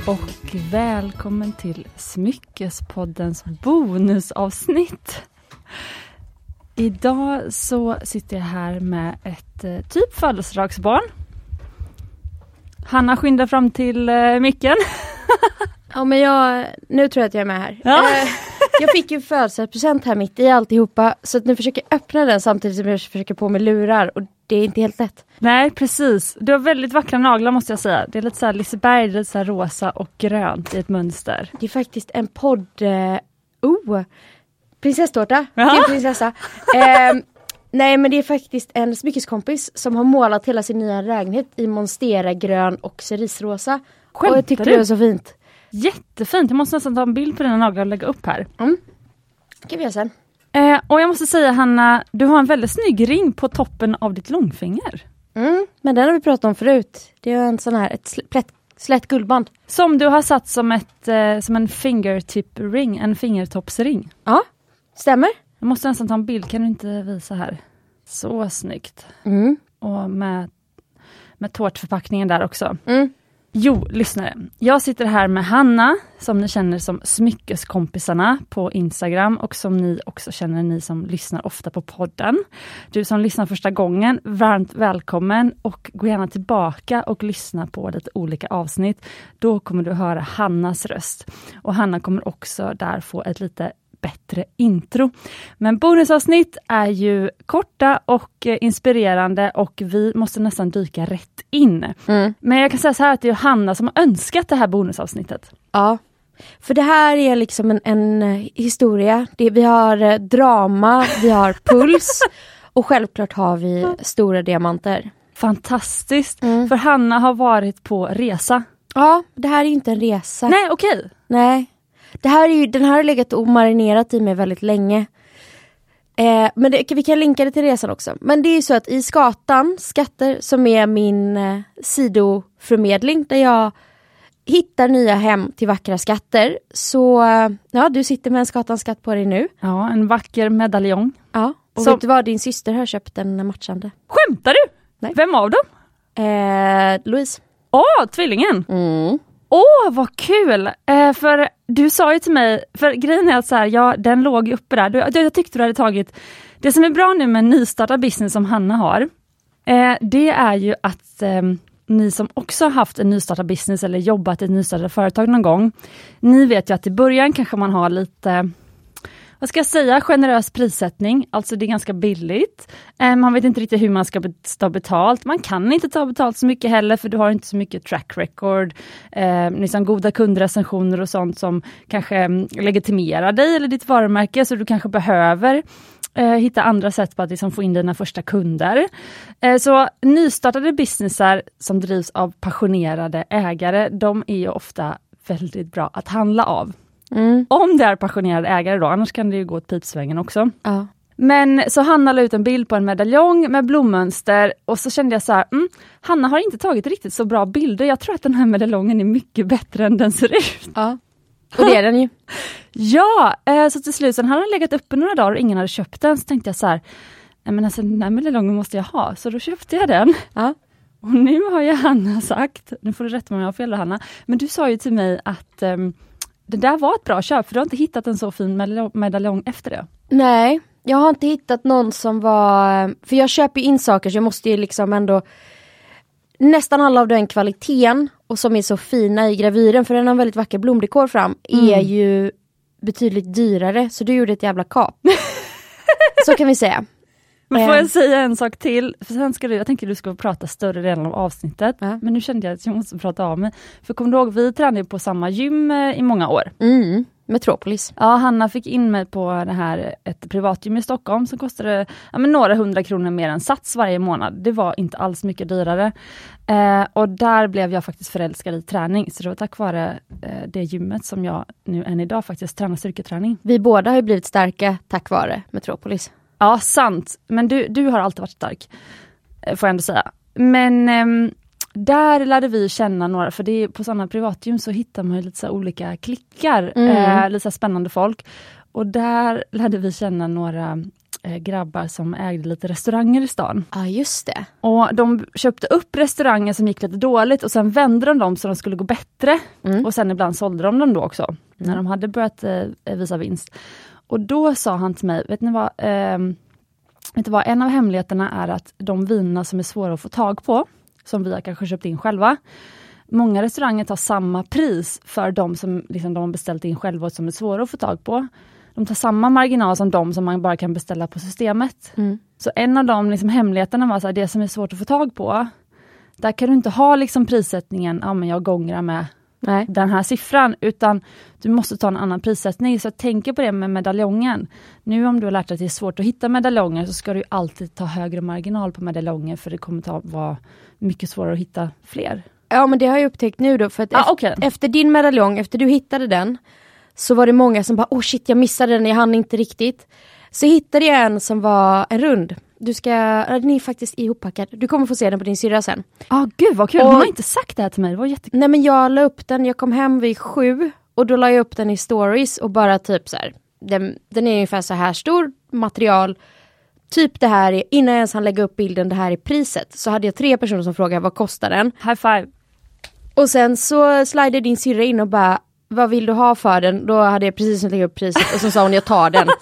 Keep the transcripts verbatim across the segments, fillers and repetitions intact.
och välkommen till Smyckespoddens bonusavsnitt. Idag så sitter jag här med ett eh, typ födelsedagsbarn. Hanna skyndar fram till eh, micken. Ja, men jag, nu tror jag att jag är med här. Ja. Eh, jag fick ju födelsedagspresent här mitt i alltihopa, så att nu försöker jag öppna den samtidigt som jag försöker på med lurar, och det är inte helt lätt. Nej, precis. Du har väldigt vackra naglar, måste jag säga. Det är lite så här Liseberg, lite så här rosa och grönt i ett mönster. Det är faktiskt en podd... Eh, oh! Prinsesstårta. Ja. Till prinsessa. Eh, nej, men det är faktiskt en smyckeskompis som har målat hela sin nya lägenhet i monstera grön och cerisrosa. Skämtar och jag tycker du? det är så fint. Jättefint. Jag måste nästan ta en bild på dina naglar och lägga upp här. Mm. Det kan vi göra sen. Eh, och jag måste säga, Hanna, du har en väldigt snygg ring på toppen av ditt långfinger. Mm, men den har vi pratat om förut. Det är en sån här, ett slätt, slätt guldband. Som du har satt som, ett, eh, som en fingertip ring, en fingertoppsring. Ja, stämmer. Jag måste nästan ta en bild, kan du inte visa här? Så snyggt. Mm. Och med, med tårtförpackningen där också. Mm. Jo, lyssnare. Jag sitter här med Hanna, som ni känner som smyckeskompisarna på Instagram och som ni också känner, ni som lyssnar ofta på podden. Du som lyssnar första gången, varmt välkommen, och gå gärna tillbaka och lyssna på lite olika avsnitt. Då kommer du höra Hannas röst. Och Hanna kommer också där få ett lite bättre intro. Men bonusavsnitt är ju korta och eh, inspirerande, och vi måste nästan dyka rätt in. Mm. Men jag kan säga så här att det är Hanna som har önskat det här bonusavsnittet. Ja, för det här är liksom en, en historia. Det, vi har eh, drama, vi har puls och självklart har vi stora diamanter. Fantastiskt, Mm. för Hanna har varit på resa. Ja, det här är ju inte en resa. Nej, okej. Nej. Det här är ju, den här har legat och marinerat i mig väldigt länge. Eh, men det, vi kan länka det till resan också. Men det är ju så att i Skatan, Skatter, som är min eh, sidoförmedling där jag hittar nya hem till vackra skatter. Så eh, ja, du sitter med en Skatan skatt på dig nu. Ja, en vacker medaljong. Ja, och Som- vet du vad? Din syster har köpt en matchande. Skämtar du? Nej. Vem av dem? Eh, Louise. Åh, tvillingen. Mm. Åh, vad kul! Eh, för du sa ju till mig, för grejen är att så här, ja, den låg ju uppe där. Du, jag tyckte du hade tagit, det som är bra nu med en nystartad business som Hanna har, eh, det är ju att eh, ni som också har haft en nystartad business eller jobbat i ett nystartat företag någon gång, ni vet ju att i början kanske man har lite, vad ska jag säga, generös prissättning. Alltså det är ganska billigt. Eh, man vet inte riktigt hur man ska ta betalt. Man kan inte ta betalt så mycket heller, för du har inte så mycket track record. Eh, liksom goda kundrecensioner och sånt som kanske mm, legitimerar dig eller ditt varumärke. Så du kanske behöver eh, hitta andra sätt på att liksom få in dina första kunder. Eh, så nystartade businessar som drivs av passionerade ägare, de är ju ofta väldigt bra att handla av. Mm. Om det är passionerade ägare då, annars kan det ju gå åt pipsvängen också. Ja. Men så Hanna la ut en bild på en medaljong med blommönster, och så kände jag så här, mm, Hanna har inte tagit riktigt så bra bilder. Jag tror att den här medaljongen är mycket bättre än den ser ut. Ja. Och det är den ju. Ja, eh, så till slut, sen hade den legat uppe några dagar och ingen hade köpt den, så tänkte jag så här, nej men alltså den här medaljongen måste jag ha. Så då köpte jag den. Ja. Och nu har jag Hanna sagt, nu får du rätta mig om jag har fel då, Hanna, men du sa ju till mig att um, det där var ett bra köp, för du har inte hittat en så fin medaljong efter det. Nej, jag har inte hittat någon som var... För jag köper ju in saker, så jag måste ju liksom ändå... Nästan alla av den kvaliteten, och som är så fina i gravyren, för den har en väldigt vacker blomdekor fram, Mm. är ju betydligt dyrare. Så du gjorde ett jävla kap. Så kan vi säga. Men får Eh. jag säga en sak till? För sen ska du, jag tänkte att du ska prata större delen av avsnittet. Ja. Men nu kände jag att jag måste prata av mig. För kommer du ihåg, vi tränade ju på samma gym eh, i många år. Mm, Metropolis. Ja, Hanna fick in mig på det här, ett privatgym i Stockholm som kostade ja, men några hundra kronor mer än Sats varje månad. Det var inte alls mycket dyrare. Eh, och där blev jag faktiskt förälskad i träning. Så det var tack vare eh, det gymmet som jag nu än idag faktiskt tränar styrketräning. Vi båda har ju blivit starka tack vare Metropolis. Ja, sant. Men du, du har alltid varit stark, får jag ändå säga. Men ehm, där lärde vi känna några, för det är, på sådana privatgym så hittar man ju lite så olika klickar, Mm. eh, lite så spännande folk. Och där lärde vi känna några eh, grabbar som ägde lite restauranger i stan. Ja, just det. Och de köpte upp restauranger som gick lite dåligt och sen vände de dem så de skulle gå bättre. Mm. Och sen ibland sålde de dem då också, mm. när de hade börjat eh, visa vinst. Och då sa han till mig, vet ni vad, eh, vet ni vad, en av hemligheterna är att de vinerna som är svåra att få tag på, som vi har kanske köpt in själva, många restauranger tar samma pris för de som liksom, de har beställt in själva och som är svåra att få tag på. De tar samma marginal som de som man bara kan beställa på systemet. Mm. Så en av de liksom, hemligheterna var så här, det som är svårt att få tag på, där kan du inte ha liksom, prissättningen, ja men jag gångrar med Nej. den här siffran, utan du måste ta en annan prissättning. Så jag tänker på det med medaljongen. Nu om du har lärt dig att det är svårt att hitta medaljonger, så ska du alltid ta högre marginal på medaljonger, för det kommer ta vara mycket svårare att hitta fler. Ja, men det har jag upptäckt nu då, för att ah, efter, okay. efter din medaljong, efter du hittade den, så var det många som bara, åh oh shit, jag missade den, jag hann inte riktigt. Så hittade jag en som var en rund. Du ska, den är faktiskt ihoppackad. Du kommer få se den på din syrra sen. Ja, ah, gud vad kul. Och, hon har inte sagt det här till mig. Det var jättekul. Nej, men jag la upp den, jag kom hem vid sju och då la jag upp den i stories och bara typ så här, den, den är ungefär så här stor material. Typ det här, är, innan jag ens han lägga upp bilden, det här är priset. Så hade jag tre personer som frågade, vad kostar den? High five. Och sen så slidade din syrra in och bara, vad vill du ha för den? Då hade jag precis lägga upp priset och så sa hon, jag tar den.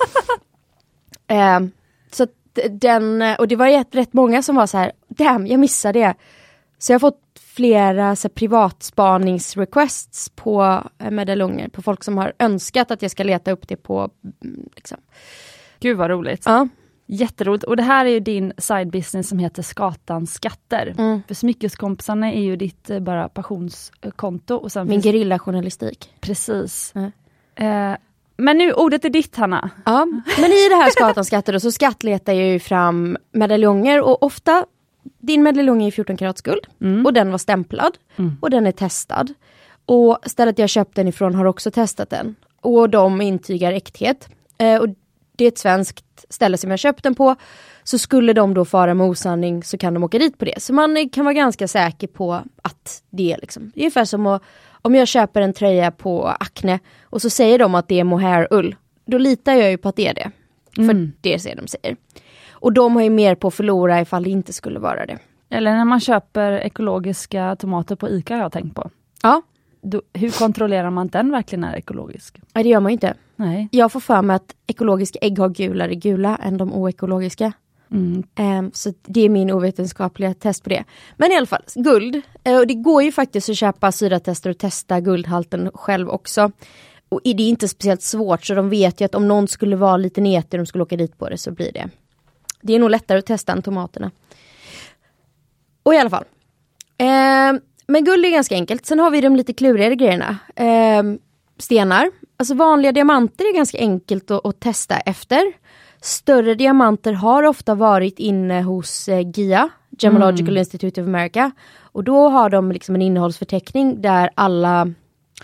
eh, så den, och det var rätt, rätt många som var så här, damn, jag missade det. Så jag har fått flera så här, privatspaningsrequests på eh, medaljonger, på folk som har önskat att jag ska leta upp det på liksom. Gud vad roligt. Ja. Jätteroligt. Och det här är ju din side business som heter Skatans skatter. Mm. För smyckeskompisarna är ju ditt eh, bara passionskonto. Och sen min finns... gerillajournalistik. Precis. Mm. Eh, men nu, ordet är ditt, Hanna. Ja, men i det här Skatans skatter då, så skattletar jag ju fram medaljonger. Och ofta, din medaljong är fjorton karats guld. Mm. Och den var stämplad. Mm. Och den är testad. Och stället jag köpt den ifrån har också testat den. Och de intygar äkthet. Eh, och det är ett svenskt ställe som jag köpt den på, så skulle de då fara med osanning så kan de åka dit på det. Så man kan vara ganska säker på att det är liksom, det är ungefär som att, om jag köper en tröja på Acne och så säger de att det är mohair-ull, då litar jag ju på att det är det. Mm. För det är det de säger. Och de har ju mer på att förlora ifall det inte skulle vara det. Eller när man köper ekologiska tomater på Ica, har jag tänkt på. Ja. Då, hur kontrollerar man att den verkligen är ekologisk? Nej, det gör man ju inte. Nej. Jag får för mig att ekologiska ägg har gulare gula än de oekologiska. Mm. Um, så det är min ovetenskapliga test på det. Men i alla fall, guld. Uh, och det går ju faktiskt att köpa syratester och testa guldhalten själv också. Och det är inte speciellt svårt, så de vet ju att om någon skulle vara lite netig och de skulle åka dit på det, så blir det. Det är nog lättare att testa än tomaterna. Och i alla fall. Um, Men guld är ganska enkelt. Sen har vi de lite klurigare grejerna. Eh, stenar. Alltså vanliga diamanter är ganska enkelt att, att testa efter. Större diamanter har ofta varit inne hos eh, G I A, Gemological mm. Institute of America. Och då har de liksom en innehållsförteckning där alla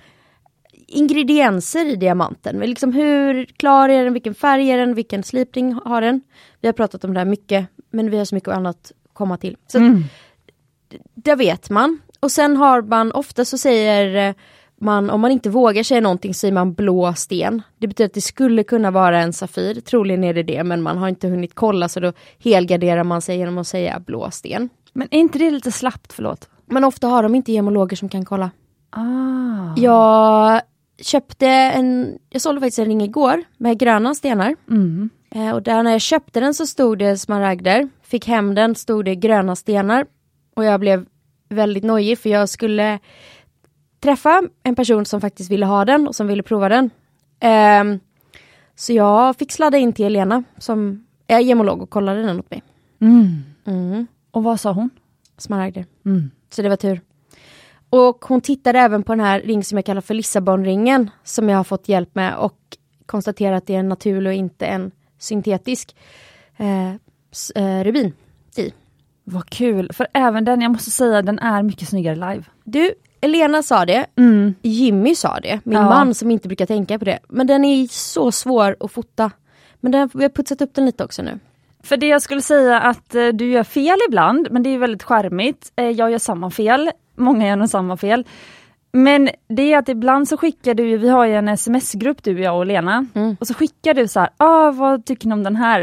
ingredienser i diamanten. Liksom hur klar är den, vilken färg är den, vilken slipning har den. Vi har pratat om det här mycket, men vi har så mycket annat att komma till. Så mm. det vet man. Och sen har man, ofta så säger man, om man inte vågar säga någonting, säger man blå sten. Det betyder att det skulle kunna vara en safir. Troligen är det det, men man har inte hunnit kolla, så då helgarderar man sig genom att säga blå sten. Men är inte det lite slappt, förlåt? Men ofta har de inte gemologer som kan kolla. Ah. Jag köpte en, jag sålde faktiskt en ring igår med gröna stenar. Mm. Eh, och där när jag köpte den så stod det smaragder. Fick hem den, stod det gröna stenar. Och jag blev väldigt nojig, för jag skulle träffa en person som faktiskt ville ha den och som ville prova den. Um, så jag fick sladda in till Helena som är gemolog och kollade den åt mig. Mm. Mm. Och vad sa hon? Smaragder. Mm. Så det var tur. Och hon tittade även på den här ring som jag kallar för Lissabonringen, som jag har fått hjälp med, och konstaterade att det är en naturlig och inte en syntetisk eh, eh, rubin i. Vad kul, för även den, jag måste säga, den är mycket snyggare live. Du, Elena sa det, mm. Jimmy sa det, min ja. man som inte brukar tänka på det. Men den är så svår att fota. Men den, vi har putsat upp den lite också nu. För det jag skulle säga att eh, du gör fel ibland, men det är väldigt charmigt. Eh, jag gör samma fel, många gör nog samma fel. Men det är att ibland så skickar du, vi har ju en sms-grupp du, jag och Lena. Mm. Och så skickar du så här, ah, vad tycker ni om den här?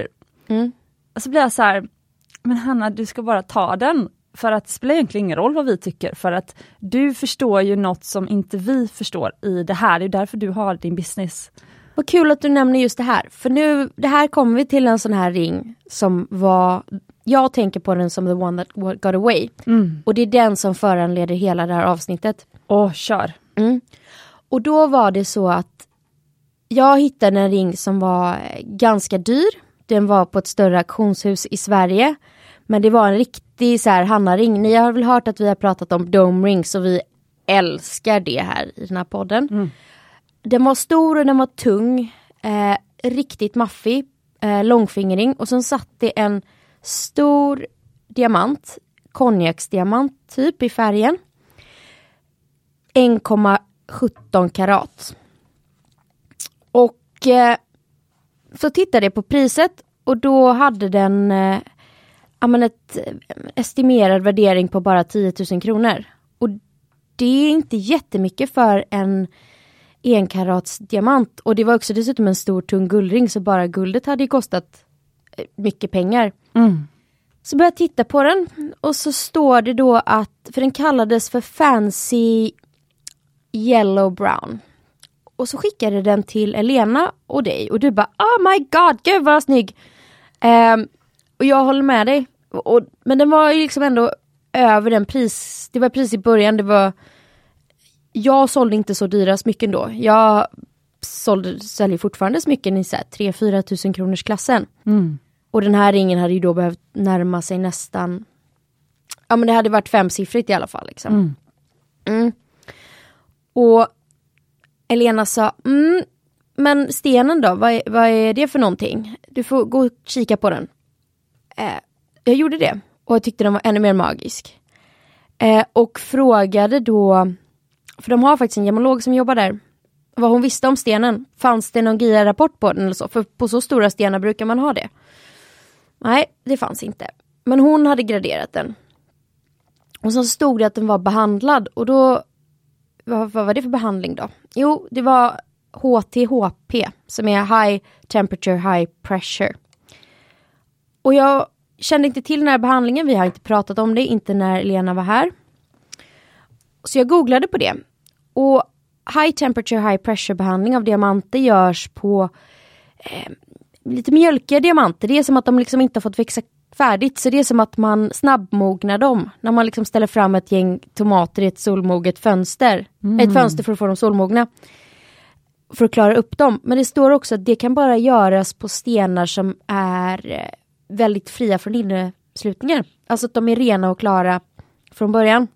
Mm. Så blir jag så här, men Hanna, du ska bara ta den. För att det spelar egentligen ingen roll vad vi tycker. För att du förstår ju något som inte vi förstår i det här. Det är därför du har din business. Vad kul att du nämner just det här. För nu, det här kommer vi till en sån här ring som var... Jag tänker på den som the one that got away. Mm. Och det är den som föranleder hela det här avsnittet. Åh, kör. Mm. Och då var det så att jag hittade en ring som var ganska dyr. Den var på ett större auktionshus i Sverige. Men det var en riktig så här Hanna-ring. Ni har väl hört att vi har pratat om dome rings och vi älskar det här i den här podden. Mm. Den var stor och den var tung. Eh, riktigt maffig. Eh, långfingring. Och sen satt det en stor diamant. Konjaksdiamant typ i färgen. en komma sjutton karat. Och eh, så tittade jag på priset. Och då hade den... Eh, Ja, men ett estimerad värdering på bara tio tusen kronor. Och det är inte jättemycket för en enkarats diamant. Och det var också dessutom en stor tung guldring, så bara guldet hade ju kostat mycket pengar. Mm. Så började jag titta på den och så står det då att, för den kallades för Fancy Yellow Brown. Och så skickade den till Elena och dig och du bara, oh my god, gud vad snygg. Um, och jag håller med dig. Och, men den var ju liksom ändå över den pris. Det var pris i början. Det var, jag sålde inte så dyra smycken då. Jag sålde, säljer fortfarande smycken i så här tre till fyra tusen kronors klassen. Mm. Och den här ringen hade ju då behövt närma sig nästan... Ja, men det hade varit femsiffrigt i alla fall. Liksom. Mm. Mm. Och Elena sa, mm, men stenen då, vad är, vad är det för någonting? Du får gå och kika på den. Eh, jag gjorde det och jag tyckte den var ännu mer magisk. Eh, och frågade då, för de har faktiskt en gemolog som jobbar där, vad hon visste om stenen. Fanns det någon G I A-rapport på den eller så? För på så stora stenar brukar man ha det. Nej, det fanns inte. Men hon hade graderat den. Och så stod det att den var behandlad. Och då, vad, vad var det för behandling då? Jo, det var H T H P, som är High Temperature, High Pressure. Och jag kände inte till den här behandlingen. Vi har inte pratat om det, inte när Lena var här. Så jag googlade på det. Och High Temperature, High Pressure behandling av diamanter görs på eh, lite mjölkiga diamanter. Det är som att de liksom inte har fått växa färdigt. Så det är som att man snabbmognar dem. När man liksom ställer fram ett gäng tomater i ett solmoget fönster. Mm. Ett fönster för att få dem solmogna. För att klara upp dem. Men det står också att det kan bara göras på stenar som är eh, väldigt fria från inneslutningar. Alltså att de är rena och klara från början.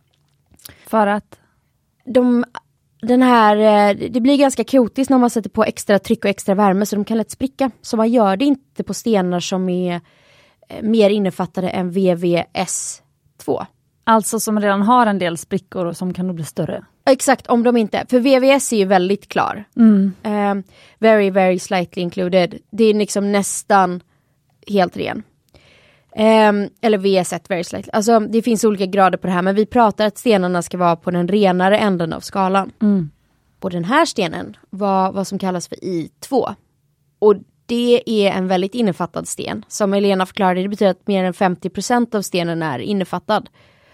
För att? De, den här, det blir ganska kaotiskt när man sätter på extra tryck och extra värme. Så de kan lätt spricka. Så man gör det inte på stenar som är mer innefattade än V V S två. Alltså som redan har en del sprickor och som kan bli större. Exakt, om de inte. För V V S är ju väldigt klar. Mm. Um, very, very slightly included. Det är liksom nästan helt ren. Um, eller V S ett very slightly. Alltså det finns olika grader på det här. Men vi pratar att stenarna ska vara på den renare änden av skalan. Mm. Och den här stenen var vad som kallas för I två. Och det är en väldigt innefattad sten. Som Elena förklarade, det betyder att mer än femtio procent av stenen är innefattad.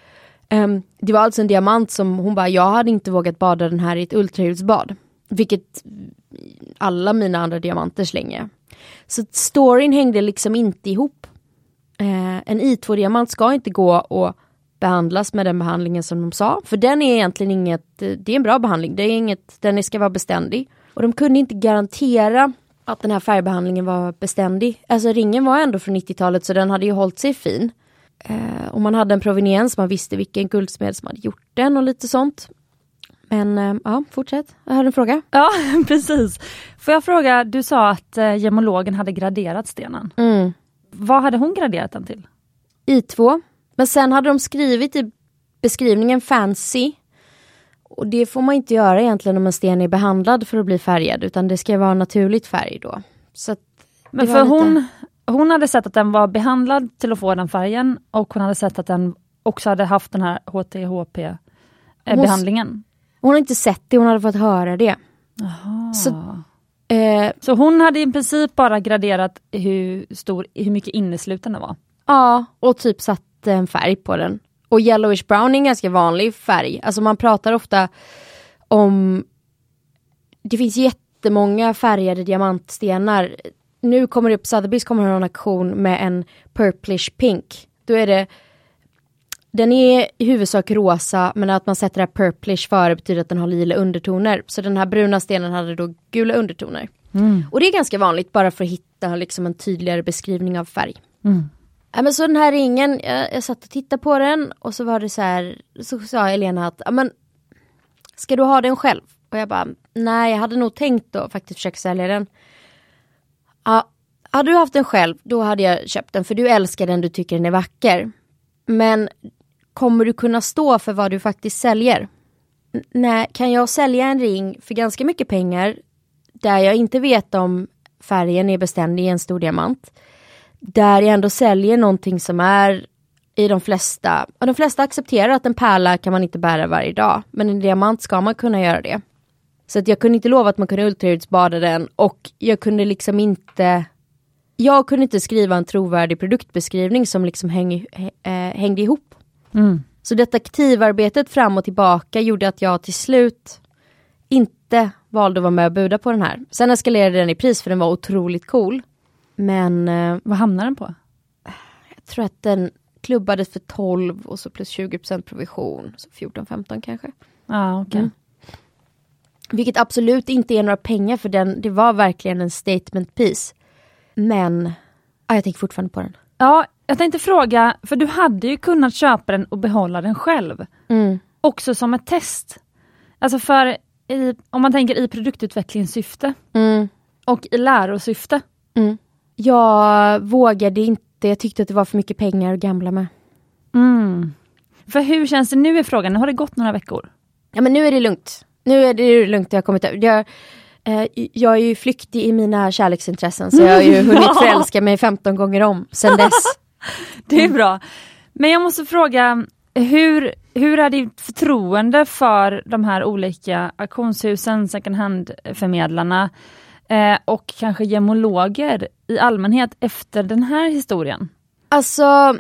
Um, det var alltså en diamant som hon bara, jag hade inte vågat bada den här i ett ultraljudsbad. Vilket alla mina andra diamanter slänger. Så storyn hängde liksom inte ihop. Uh, en I två-diamant ska inte gå och behandlas med den behandlingen som de sa. För den är egentligen inget, det är en bra behandling. Det är inget, den ska vara beständig. Och de kunde inte garantera att den här färgbehandlingen var beständig. Alltså ringen var ändå från nittiotalet så den hade ju hållit sig fin. Uh, och man hade en proveniens, man visste vilken guldsmed som hade gjort den och lite sånt. Men uh, ja, fortsätt. Jag har en fråga. Ja, precis. Får jag fråga, du sa att uh, gemologen hade graderat stenen. Mm. Vad hade hon graderat den till? I två. Men sen hade de skrivit i beskrivningen fancy. Och det får man inte göra egentligen om en sten är behandlad för att bli färgad. Utan det ska vara naturligt färg då. Så att Men för lite... hon, hon hade sett att den var behandlad till att få den färgen. Och hon hade sett att den också hade haft den här H T H P-behandlingen. Hon, hon har inte sett det, hon hade fått höra det. Aha. Så Eh, Så hon hade i princip bara graderat hur, stor, hur mycket innesluten det var? Ja, och typ satt en färg på den. Och yellowish brown är en ganska vanlig färg. Alltså man pratar ofta om... Det finns jättemånga färgade diamantstenar. Nu kommer det upp, Sotheby's kommer ha en auktion med en purplish pink. Då är det... Den är i huvudsak rosa, men att man sätter det här purplish före betyder att den har lila undertoner. Så den här bruna stenen hade då gula undertoner. Mm. Och det är ganska vanligt bara för att hitta liksom en tydligare beskrivning av färg. Mm. Ja, men så den här ringen, jag, jag satt och tittade på den och så var det så här, så sa Elena att, ja men, ska du ha den själv? Och jag bara, nej, jag hade nog tänkt då faktiskt försöka sälja den. Ja, hade du haft den själv, då hade jag köpt den, för du älskar den, du tycker den är vacker. Men kommer du kunna stå för vad du faktiskt säljer? N- nej, kan jag sälja en ring för ganska mycket pengar där jag inte vet om färgen är beständig i en stor diamant? Där jag ändå säljer någonting som är i de flesta... Och de flesta accepterar att en pärla kan man inte bära varje dag. Men en diamant ska man kunna göra det. Så att jag kunde inte lova att man kunde ultraljudsbada den. Och jag kunde liksom inte... Jag kunde inte skriva en trovärdig produktbeskrivning som liksom häng, äh, hängde ihop. Mm. Så detektivarbetet fram och tillbaka gjorde att jag till slut inte valde att vara med och buda på den här. Sen eskalerade den i pris för den var otroligt cool. Men eh, vad hamnar den på? Jag tror att den klubbades för tolv och så plus tjugo procent provision. Så fjorton femton kanske. Ja, ah, okej. Okay. Mm. Vilket absolut inte är några pengar för den. Det var verkligen en statement piece. Men ah, jag tänker fortfarande på den. Ja, jag tänkte fråga, för du hade ju kunnat köpa den och behålla den själv. Mm. Också som ett test. Alltså för, i, om man tänker i produktutvecklingssyfte. Mm. Och i lärosyfte. Mm. Jag vågade inte, jag tyckte att det var för mycket pengar att gambla med. Mm. För hur känns det nu i frågan? Nu har det gått några veckor. Ja, men nu är det lugnt. Nu är det lugnt, jag har kommit över. Jag, eh, jag är ju flyktig i mina kärleksintressen, så jag har ju hunnit förälska mig femton gånger om sen dess. Det är bra. Men jag måste fråga, hur, hur är ditt förtroende för de här olika auktionshusen, second hand-förmedlarna eh, och kanske gemologer i allmänhet efter den här historien? Alltså,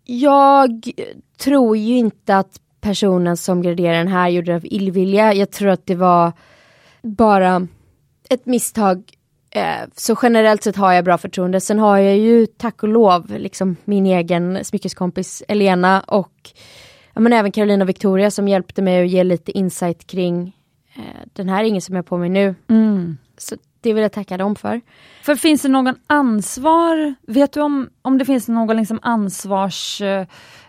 jag tror ju inte att personen som graderade den här gjorde det av illvilja. Jag tror att det var bara ett misstag. Eh, så generellt sett har jag bra förtroende. Sen har jag ju tack och lov liksom min egen smyckeskompis Elena och ja, men även Carolina och Victoria som hjälpte mig att ge lite insight kring eh, den här ringen som jag har på mig nu. Mm. Så det vill jag tacka dem för. För finns det någon ansvar? Vet du om, om det finns någon liksom ansvars... Eh,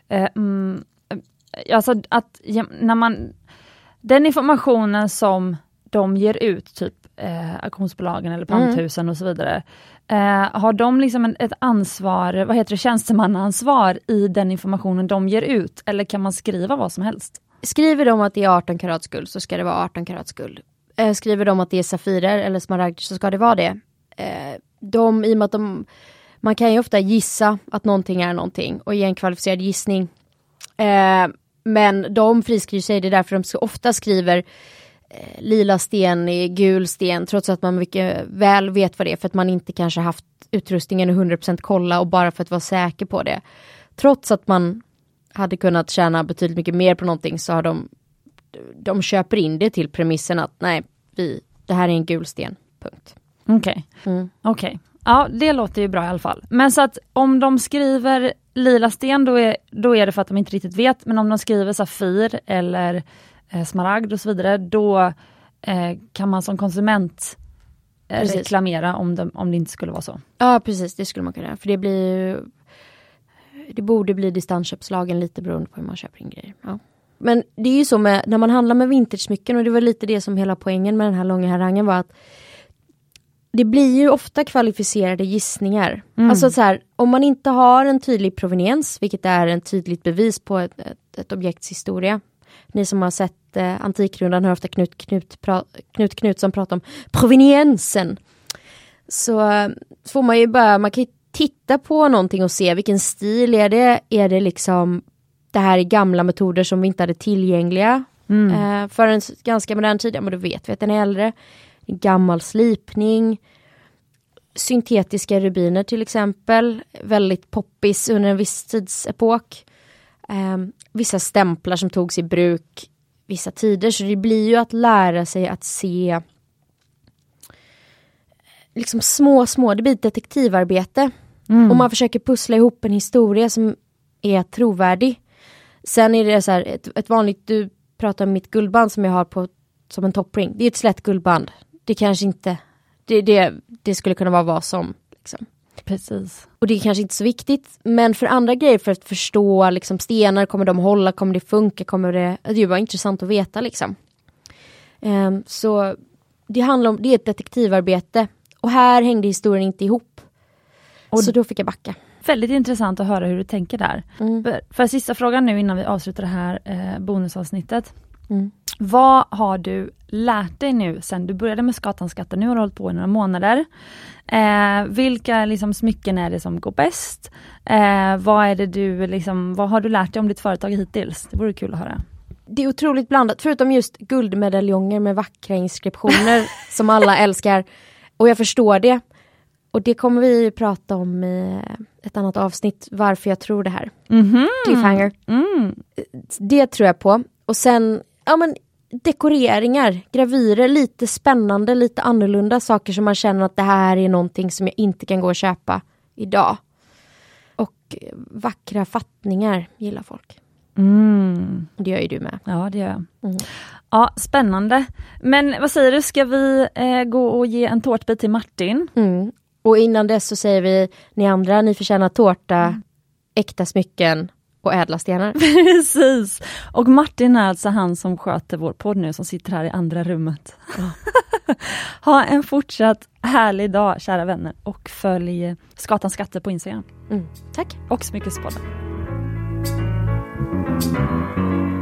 mm, alltså att när man... Den informationen som de ger ut, typ eh, auktionsbolagen eller panthusen mm. och så vidare. Eh, har de liksom en, ett ansvar, vad heter det, tjänstemannaansvar i den informationen de ger ut? Eller kan man skriva vad som helst? Skriver de att det är arton karats guld så ska det vara arton karats guld. Eh, skriver de att det är safirer eller smaragder så ska det vara det. Eh, de, i och med att de, man kan ju ofta gissa att någonting är någonting och ge en kvalificerad gissning. Eh, men de friskriver sig, det är därför de så ofta skriver eh, lila sten i gul sten, trots att man mycket väl vet vad det är, för att man inte kanske haft utrustningen och hundra procent kolla och bara för att vara säker på det. Trots att man hade kunnat tjäna betydligt mycket mer på någonting så har de de köper in det till premissen att nej, vi, det här är en gul sten, punkt. Okej, okay. mm. okej. Okay. Ja, det låter ju bra i alla fall. Men så att om de skriver lila sten, då är, då är det för att de inte riktigt vet. Men om de skriver safir eller eh, smaragd och så vidare, då eh, kan man som konsument eh, reklamera om, de, om det inte skulle vara så. Ja, precis. Det skulle man kunna. För det blir det borde bli distansköpslagen lite beroende på hur man köper in grejer. Ja. Men det är ju så med, när man handlar med vintage-smycken, och det var lite det som hela poängen med den här långa harangen var, att det blir ju ofta kvalificerade gissningar. Mm. Alltså så här, om man inte har en tydlig proveniens, vilket är en tydligt bevis på ett, ett, ett objekts historia. Ni som har sett eh, Antikrundan har ofta Knut, Knut, pra, Knut Knutsson prata om proveniensen. Så, så får man ju bara, man kan ju titta på någonting och se vilken stil är det. Är det liksom, det här är gamla metoder som vi inte hade tillgängliga mm. eh, för en ganska modern tid. Ja, men då vet vi att den är äldre. gammal slipning. Syntetiska rubiner till exempel. Väldigt poppis under en viss tidsepok. Eh, vissa stämplar som togs i bruk vissa tider. Så det blir ju att lära sig att se liksom små, små. Det blir ett detektivarbete. Mm. Och man försöker pussla ihop en historia som är trovärdig. Sen är det så här, ett, ett vanligt, du pratar om mitt guldband som jag har på som en toppring. Det är ett slätt guldband. Det kanske inte, det, det, det skulle kunna vara vad som. Liksom. Precis. Och det är kanske inte så viktigt. Men för andra grejer, för att förstå liksom, stenar, kommer de hålla, kommer det funka, kommer det, det är ju bara intressant att veta liksom. Um, så det handlar om, det är ett detektivarbete. Och här hängde historien inte ihop. Och så då fick jag backa. Väldigt intressant att höra hur du tänker där. Mm. För, för sista frågan nu innan vi avslutar det här eh, bonusavsnittet. Mm. Vad har du lärt dig nu sen du började med Skatanskatter? Nu har du hållit på i några månader. Eh, vilka liksom, smycken är det som går bäst? Eh, vad, är det du, liksom, vad har du lärt dig om ditt företag hittills? Det vore kul att höra. Det är otroligt blandat. Förutom just guldmedaljonger med vackra inskriptioner som alla älskar. Och jag förstår det. Och det kommer vi prata om i ett annat avsnitt. Varför jag tror det här. Mm-hmm. Cliffhanger. Mm. Det tror jag på. Och sen ja, men, dekoreringar, gravyrer. Lite spännande, lite annorlunda. Saker som man känner att det här är någonting som jag inte kan gå och köpa idag. Och vackra fattningar gillar folk. Mm. Det gör ju du med. Ja, det gör jag. Mm. Ja, spännande. Men vad säger du, ska vi eh, gå och ge en tårtbit till Martin? Mm. Och innan dess så säger vi, ni andra, ni förtjänar tårta, mm. äkta smycken och ädla stenar. Precis. Och Martin är alltså han som sköter vår podd nu, som sitter här i andra rummet. Mm. Ha en fortsatt härlig dag, kära vänner. Och följ Skatanskatter på Instagram. Mm. Tack. Och Smyckespodden.